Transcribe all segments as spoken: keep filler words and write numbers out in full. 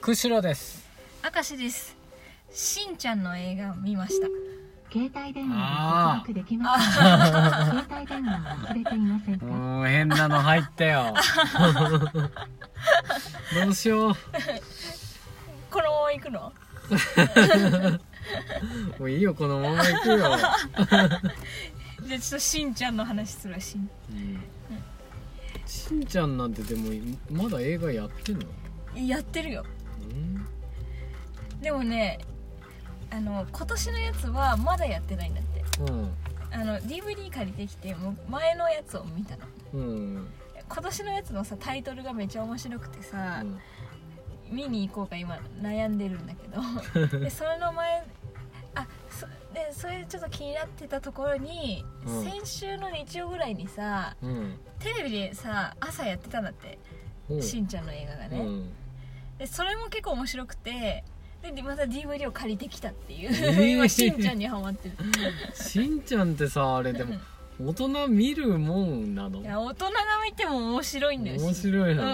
釧路です。 明石です。しんちゃんの映画を見ました。 携帯電話で接続できませんか？携帯電話を忘れていませんか？ もう変なの入ったよどうしようこのまま行くのもういいよ、このまま行くよじゃあちょっとしんちゃんの話するわ。しん、 うんうん、しんちゃんなんてでもまだ映画やってんの？ やってるよ、うん、でもね、あの今年のやつはまだやってないんだって、うん、あの ディーブイディー 借りてきてもう前のやつを見たの、うん、今年のやつのさタイトルがめっちゃ面白くてさ、うん、見に行こうか今悩んでるんだけどでそれの前あそでそれちょっと気になってたところに、うん、先週の日曜ぐらいにさ、うん、テレビでさ朝やってたんだって、うん、しんちゃんの映画がね、うん、でそれも結構面白くて、でまた ディーブイディー を借りてきたっていう、えー、今しんちゃんにハマってるしんちゃんってさあれでも大人見るもんなの？ いや大人が見ても面白いんだよ。 面白いな、うん、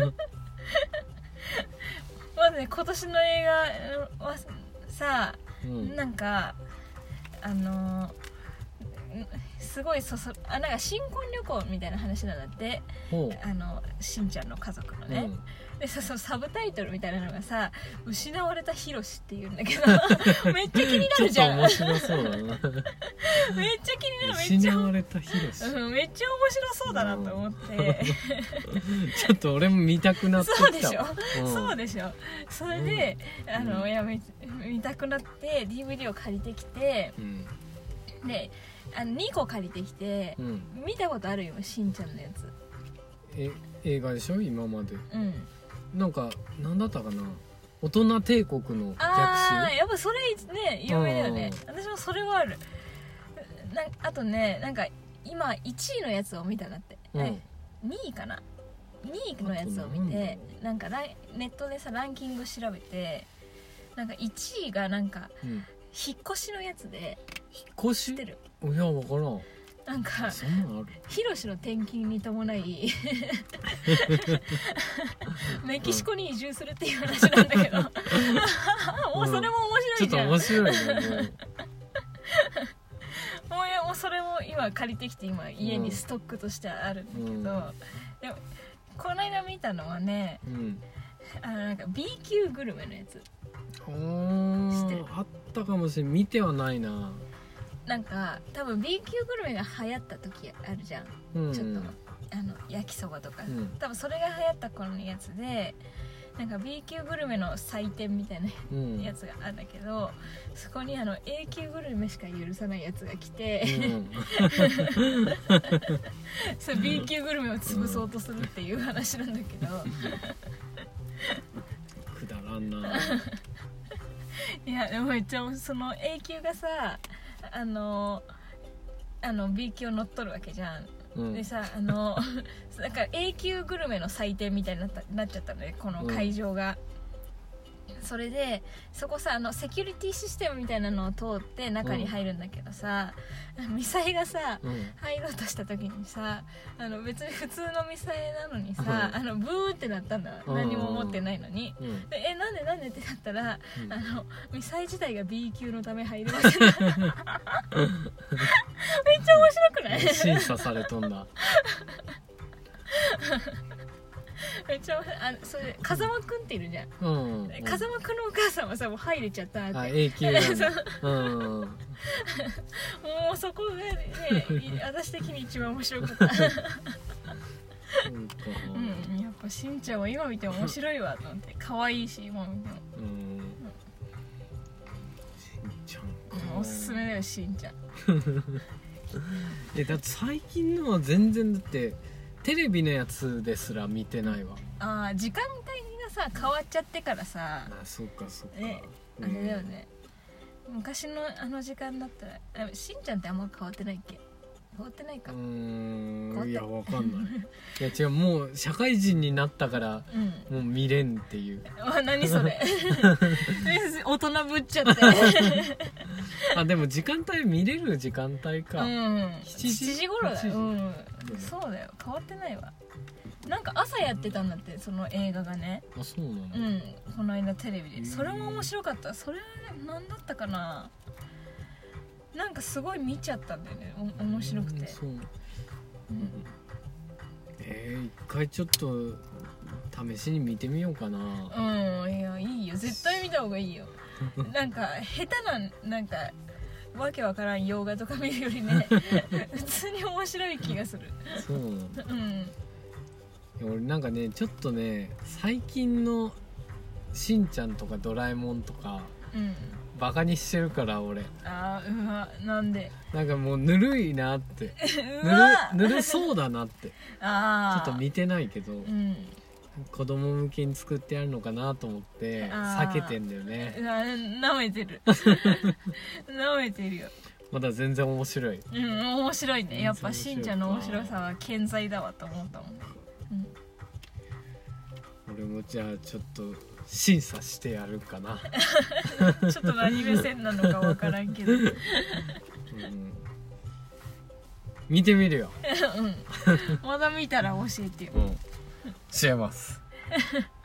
まずね今年の映画はさ、うん、なんかあのー、すごいそそあなんか新婚旅行みたいな話なんだって、あのしんちゃんの家族のね、うんでそそサブタイトルみたいなのがさ失われたヒロシっていうんだけどめっちゃ気になるじゃん。 ちょっと面白そうだなめっちゃ気になる。 失われたヒロシ、 うん、めっちゃ面白そうだなと思ってちょっと俺も見たくなってきた。 そうでしょ、うん、そうでしょ。それで、うん、あのいやめ見たくなって ディーブイディー を借りてきて、うん、であのにこ借りてきて、うん、見たことあるよしんちゃんのやつ。 え映画でしょ今まで。うんなんかなんだったかな、大人帝国の逆襲。 ああやっぱそれね有名だよね。私もそれはあるな。あとねなんか今いちいのやつを見たなって、うん、にいかなにいのやつを見てなんかネットでさランキング調べてなんかいちいがなんか、うん、引っ越しのやつで。 引っ越し？知ってる？いや分からん。 なんかヒロシの転勤に伴いメキシコに移住するっていう話なんだけどもうそれも面白いじゃん、 うん、ちょっと面白いねもうもう、もうそれも今借りてきて今家にストックとしてあるんだけど、うん、でもこの間見たのはね、うん、あのなんか ビーキュー グルメのやつ知ってる？ あったかもしれん。見てはないな。 なんか多分 ビーキュー グルメが流行った時あるじゃん、うん、ちょっとあの焼きそばとか、うん、多分それが流行った頃のやつでなんか ビーキュー グルメの祭典みたいなやつがあるんだけど、うん、そこにあの エーキュー グルメしか許さないやつが来て、うん、それ ビーキュー グルメを潰そうとするっていう話なんだけどくだらんないやでもめっちゃその エーキュー がさあのあの ビーキュー を乗っ取るわけじゃん、うん、でさあのだから エーキュー グルメの祭典みたいになった、なっちゃったのでこの会場が、うん、それでそこさあのセキュリティシステムみたいなのを通って中に入るんだけどさ、うん、ミサイがさ、うん、入ろうとした時にさあの別に普通のミサイなのにさ、うん、あのブーってなったんだ、うん、何も持ってないのに、うん、でえなんでなんでってなったら、うん、あのミサイ自体が ビーキュー のため入れませんめっちゃ面白くない？ 審査されとんだめっちゃあそれ風間くんっているじゃん、うんうん、風間くんのお母さんはさもう入れちゃったって。 あ永久なんだうん、 もうそこがね私的に一番面白かったうん、やっぱしんちゃんは今見ても面白いわと思って可愛いし今見ても、うんうん、 しんちゃんか、 うん、おすすめだよしんちゃんえだって最近のは全然だってテレビのやつですら見てないわ。 ああ時間帯がさ変わっちゃってからさあそうかそうか、 ね、あれだよね、うん、昔のあの時間だったらしんちゃんってあんま変わってないっけ？変わってないか。うーんいやわかんないいや違うもう社会人になったから、うん、もう見れんっていうあ何それ大人ぶっちゃってあでも時間帯見れる時間帯か、うん、 しちじ頃だよ、うん、そうだよ変わってないわなんか朝やってたんだって、その映画がね。 あ、そうなの。 うん、この間テレビで。それも面白かった。それ何だったかな、なんかすごい見ちゃったんだよね、お面白くて。そう、うん、 えー、一回ちょっと試しに見てみようかな。 うん、いやいいよ、絶対見た方がいいよ。なんか下手ななんかわけわからん洋画とか見るよりね普通に面白い気がする。 そうなんだ。うん。俺なんかねちょっとね最近のしんちゃんとかドラえもんとか、うん、バカにしてるから俺。 あー、うわ、なんで。 なんかもうぬるいなってぬるぬるそうだなってあちょっと見てないけど、うん、子供向けに作ってやるのかなと思って避けてんだよね。 なめてるなめてるよ。 まだ全然面白い。 うん、面白いね。やっぱしんちゃんの面白さは健在だわと思ったもんね。 うん、俺もじゃあちょっと審査してやるかなちょっと何目線なのか分からんけど、うん、 見てみるよ、 うん、まだ見たら教えてよ。 うん、教えます